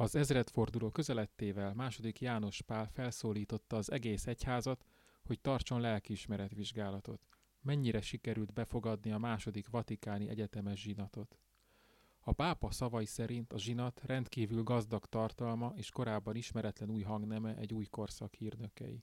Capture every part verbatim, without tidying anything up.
Az ezredforduló közelettével második János Pál felszólította az egész egyházat, hogy tartson lelkiismeretvizsgálatot. Mennyire sikerült befogadni a második vatikáni egyetemes zsinatot? A pápa szavai szerint a zsinat rendkívül gazdag tartalma és korábban ismeretlen új hangneme egy új korszak hírnökei.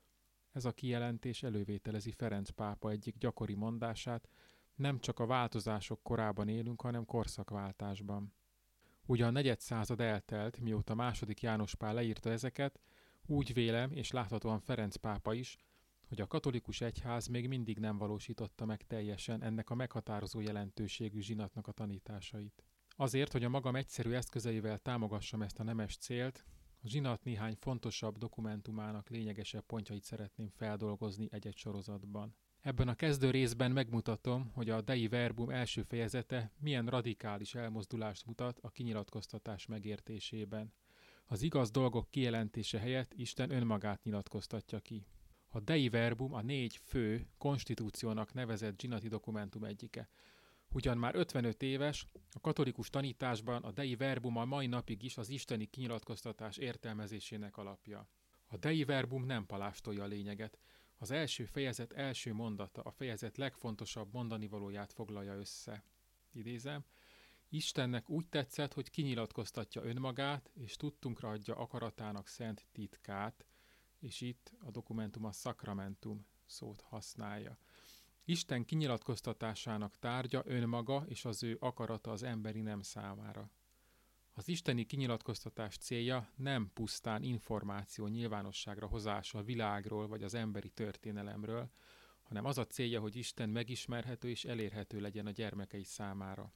Ez a kijelentés elővételezi Ferenc pápa egyik gyakori mondását, nem csak a változások korában élünk, hanem korszakváltásban. Ugyan negyedszázad eltelt, mióta második János Pál leírta ezeket, úgy vélem, és láthatóan Ferenc pápa is, hogy a katolikus egyház még mindig nem valósította meg teljesen ennek a meghatározó jelentőségű zsinatnak a tanításait. Azért, hogy a magam egyszerű eszközeivel támogassam ezt a nemes célt, a zsinat néhány fontosabb dokumentumának lényegesebb pontjait szeretném feldolgozni egy-egy sorozatban. Ebben a kezdő részben megmutatom, hogy a Dei Verbum első fejezete milyen radikális elmozdulást mutat a kinyilatkoztatás megértésében. Az igaz dolgok kijelentése helyett Isten önmagát nyilatkoztatja ki. A Dei Verbum a négy fő konstitúciónak nevezett zsinati dokumentum egyike. Ugyan már ötvenöt éves, a katolikus tanításban a Dei Verbum a mai napig is az isteni kinyilatkoztatás értelmezésének alapja. A Dei Verbum nem palástolja a lényeget. Az első fejezet első mondata a fejezet legfontosabb mondanivalóját foglalja össze. Idézem, Istennek úgy tetszett, hogy kinyilatkoztatja önmagát, és tudtunkra adja akaratának szent titkát, és itt a dokumentum a sacramentum szót használja. Isten kinyilatkoztatásának tárgya önmaga és az ő akarata az emberi nem számára. Az isteni kinyilatkoztatás célja nem pusztán információ nyilvánosságra hozása a világról vagy az emberi történelemről, hanem az a célja, hogy Isten megismerhető és elérhető legyen a gyermekei számára.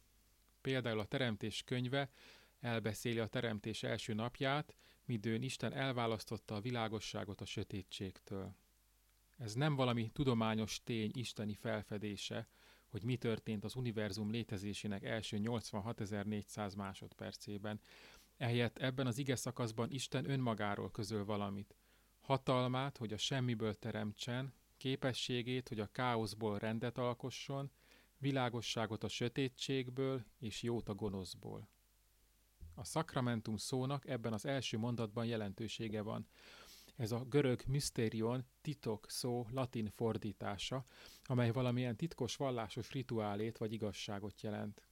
Például a Teremtés könyve elbeszéli a teremtés első napját, midőn Isten elválasztotta a világosságot a sötétségtől. Ez nem valami tudományos tény isteni felfedése, hogy mi történt az univerzum létezésének első nyolcvanhatezer-négyszáz másodpercében. Ehelyett ebben az ige szakaszban Isten önmagáról közöl valamit. Hatalmát, hogy a semmiből teremtsen, képességét, hogy a káoszból rendet alkosson, világosságot a sötétségből és jót a gonoszból. A sacramentum szónak ebben az első mondatban jelentősége van. Ez a görög mysterion, titok szó latin fordítása, amely valamilyen titkos vallásos rituálét vagy igazságot jelent.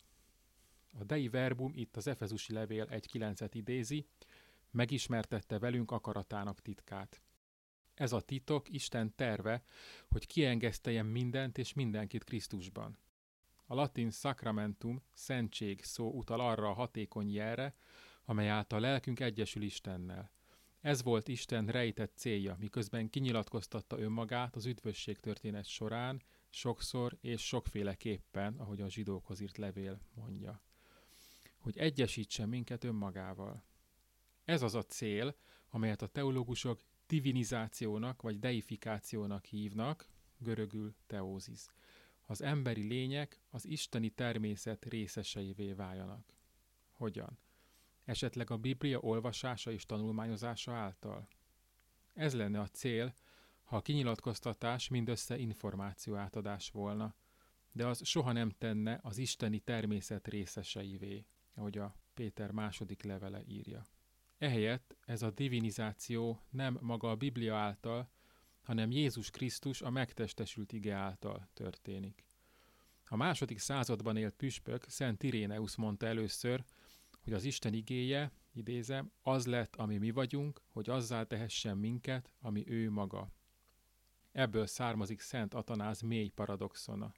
A Dei Verbum itt az Efezusi levél egy kilencet idézi, megismertette velünk akaratának titkát. Ez a titok Isten terve, hogy kiengeszteljen mindent és mindenkit Krisztusban. A latin sacramentum, szentség szó utal arra a hatékony jelre, amely által lelkünk egyesül Istennel. Ez volt Isten rejtett célja, miközben kinyilatkoztatta önmagát az üdvösség történet során, sokszor és sokféleképpen, ahogy a zsidókhoz írt levél mondja. Hogy egyesítse minket önmagával. Ez az a cél, amelyet a teológusok divinizációnak vagy deifikációnak hívnak, görögül teózis. Az emberi lények az isteni természet részeseivé váljanak. Hogyan? Esetleg a Biblia olvasása és tanulmányozása által? Ez lenne a cél, ha a kinyilatkoztatás mindössze információ átadás volna, de az soha nem tenne az isteni természet részeseivé, ahogy a Péter második levele írja. Ehelyett ez a divinizáció nem maga a Biblia által, hanem Jézus Krisztus a megtestesült ige által történik. A második században élt püspök, Szent Iréneusz mondta először, hogy az Isten igéje, idézem, az lett, ami mi vagyunk, hogy azzá tehessen minket, ami ő maga. Ebből származik Szent Atanáz mély paradoxona.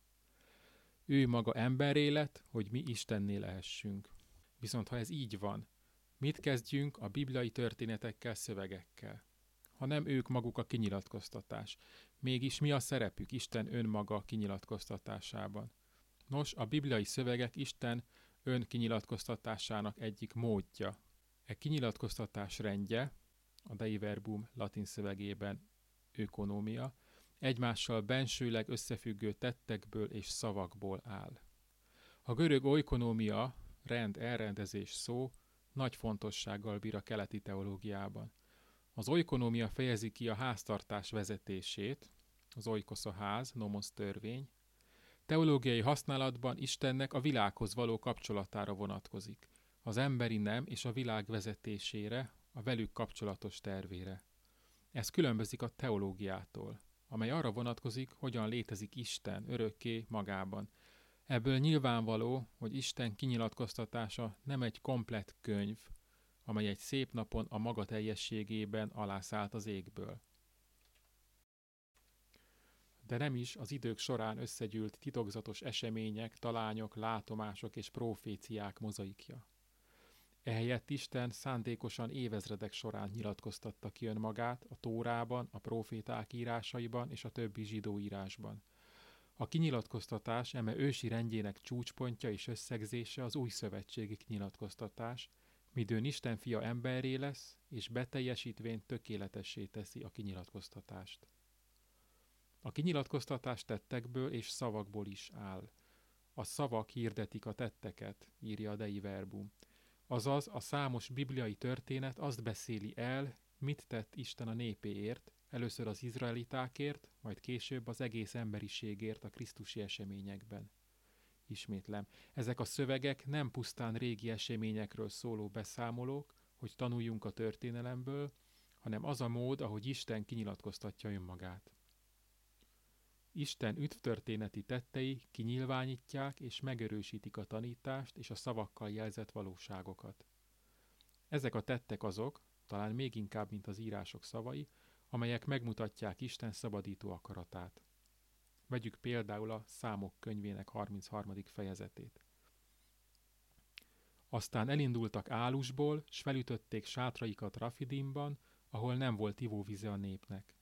Ő maga emberré lett, hogy mi Istenné lehessünk. Viszont ha ez így van, mit kezdjünk a bibliai történetekkel, szövegekkel? Ha nem ők maguk a kinyilatkoztatás, mégis mi a szerepük Isten önmaga kinyilatkoztatásában? Nos, a bibliai szövegek Isten önkinyilatkoztatásának egyik módja. E kinyilatkoztatás rendje, a Dei Verbum latin szövegében ökonómia, egymással bensőleg összefüggő tettekből és szavakból áll. A görög oikonómia, rend, elrendezés szó nagy fontossággal bír a keleti teológiában. Az oikonómia fejezi ki a háztartás vezetését, az oikosz a ház, nomosz törvény. Teológiai használatban Istennek a világhoz való kapcsolatára vonatkozik. az emberi nem és a világ vezetésére, a velük kapcsolatos tervére. Ez különbözik a teológiától, amely arra vonatkozik, hogyan létezik Isten örökké magában. Ebből nyilvánvaló, hogy Isten kinyilatkoztatása nem egy komplett könyv, amely egy szép napon a maga teljességében alászállt az égből. De nem is az idők során összegyűlt titokzatos események, talányok, látomások és proféciák mozaikja. Ehelyett Isten szándékosan évezredek során nyilatkoztatta ki önmagát a Tórában, a proféták írásaiban és a többi zsidó írásban. A kinyilatkoztatás eme ősi rendjének csúcspontja és összegzése az új szövetségi kinyilatkoztatás, midőn Isten fia emberré lesz, és beteljesítvén tökéletessé teszi a kinyilatkoztatást. A kinyilatkoztatás tettekből és szavakból is áll. A szavak hirdetik a tetteket, írja a Dei Verbum. Azaz a számos bibliai történet azt beszéli el, mit tett Isten a népéért, először az izraelitákért, majd később az egész emberiségért a krisztusi eseményekben. Ismétlem, ezek a szövegek nem pusztán régi eseményekről szóló beszámolók, hogy tanuljunk a történelemből, hanem az a mód, ahogy Isten kinyilatkoztatja önmagát. Isten üdvtörténeti tettei kinyilvánítják és megerősítik a tanítást és a szavakkal jelzett valóságokat. Ezek a tettek azok, talán még inkább, mint az írások szavai, amelyek megmutatják Isten szabadító akaratát. Vegyük például a Számok könyvének harmincharmadik fejezetét. Aztán elindultak Álusból, s felütötték sátraikat Rafidimban, ahol nem volt ivóvíze a népnek.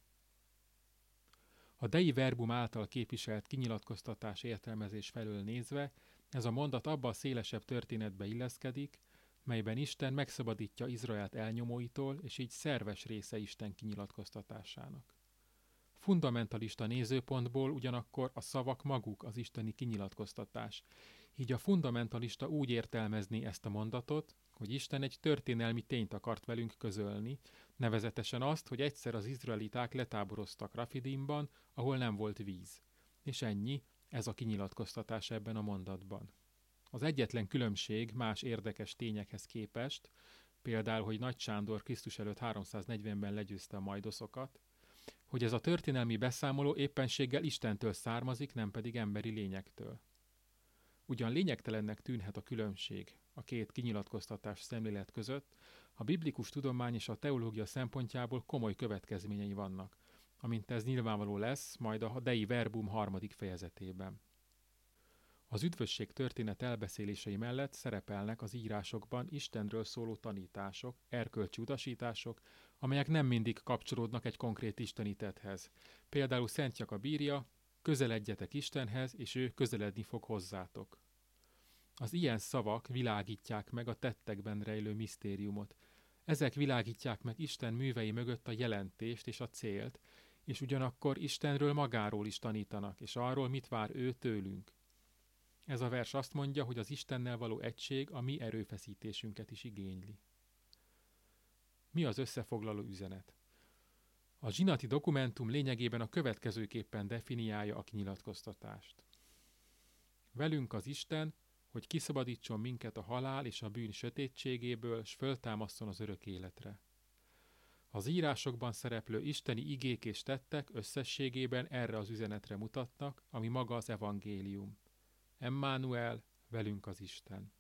A Dei Verbum által képviselt kinyilatkoztatás értelmezés felől nézve, ez a mondat abba a szélesebb történetbe illeszkedik, melyben Isten megszabadítja Izraelt elnyomóitól, és így szerves része Isten kinyilatkoztatásának. Fundamentalista nézőpontból ugyanakkor a szavak maguk az isteni kinyilatkoztatás. Így a fundamentalista úgy értelmezni ezt a mondatot, hogy Isten egy történelmi tényt akart velünk közölni, nevezetesen azt, hogy egyszer az izraeliták letáboroztak Rafidimban, ahol nem volt víz. És ennyi, ez a kinyilatkoztatás ebben a mondatban. Az egyetlen különbség más érdekes tényekhez képest, például, hogy Nagy Sándor Krisztus előtt háromszáznegyvenben legyőzte a majdoszokat, hogy ez a történelmi beszámoló éppenséggel Istentől származik, nem pedig emberi lényektől. Ugyan lényegtelennek tűnhet a különbség a két kinyilatkoztatás szemlélet között, a biblikus tudomány és a teológia szempontjából komoly következményei vannak, amint ez nyilvánvaló lesz majd a Dei Verbum harmadik fejezetében. Az üdvösség történet elbeszélései mellett szerepelnek az írásokban Istenről szóló tanítások, erkölcsi utasítások, amelyek nem mindig kapcsolódnak egy konkrét isteni tetthez. Például Szent Jakab írja, közeledjetek Istenhez, és ő közeledni fog hozzátok. Az ilyen szavak világítják meg a tettekben rejlő misztériumot. Ezek világítják meg Isten művei mögött a jelentést és a célt, és ugyanakkor Istenről magáról is tanítanak, és arról, mit vár ő tőlünk. Ez a vers azt mondja, hogy az Istennel való egység a mi erőfeszítésünket is igényli. Mi az összefoglaló üzenet? A zsinati dokumentum lényegében a következőképpen definiálja a kinyilatkoztatást. Velünk az Isten, hogy kiszabadítson minket a halál és a bűn sötétségéből, s föltámaszton az örök életre. Az írásokban szereplő isteni igék és tettek összességében erre az üzenetre mutatnak, ami maga az evangélium. Emmanuel, velünk az Isten.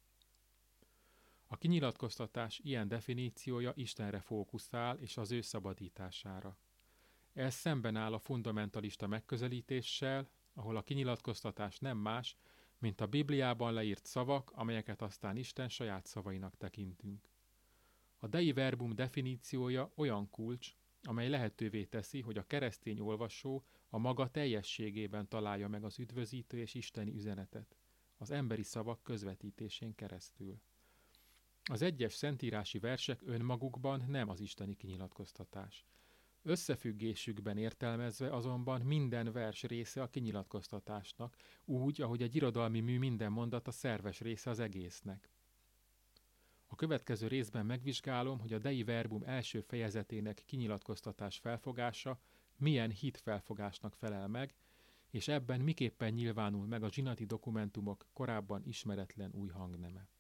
A kinyilatkoztatás ilyen definíciója Istenre fókuszál és az ő szabadítására. Ez szemben áll a fundamentalista megközelítéssel, ahol a kinyilatkoztatás nem más, mint a Bibliában leírt szavak, amelyeket aztán Isten saját szavainak tekintünk. A Dei Verbum definíciója olyan kulcs, amely lehetővé teszi, hogy a keresztény olvasó a maga teljességében találja meg az üdvözítő és isteni üzenetet, az emberi szavak közvetítésén keresztül. Az egyes szentírási versek önmagukban nem az isteni kinyilatkoztatás. Összefüggésükben értelmezve azonban minden vers része a kinyilatkoztatásnak, úgy, ahogy egy irodalmi mű minden mondata szerves része az egésznek. A következő részben megvizsgálom, hogy a Dei Verbum első fejezetének kinyilatkoztatás felfogása milyen hitfelfogásnak felel meg, és ebben miképpen nyilvánul meg a zsinati dokumentumok korábban ismeretlen új hangneme.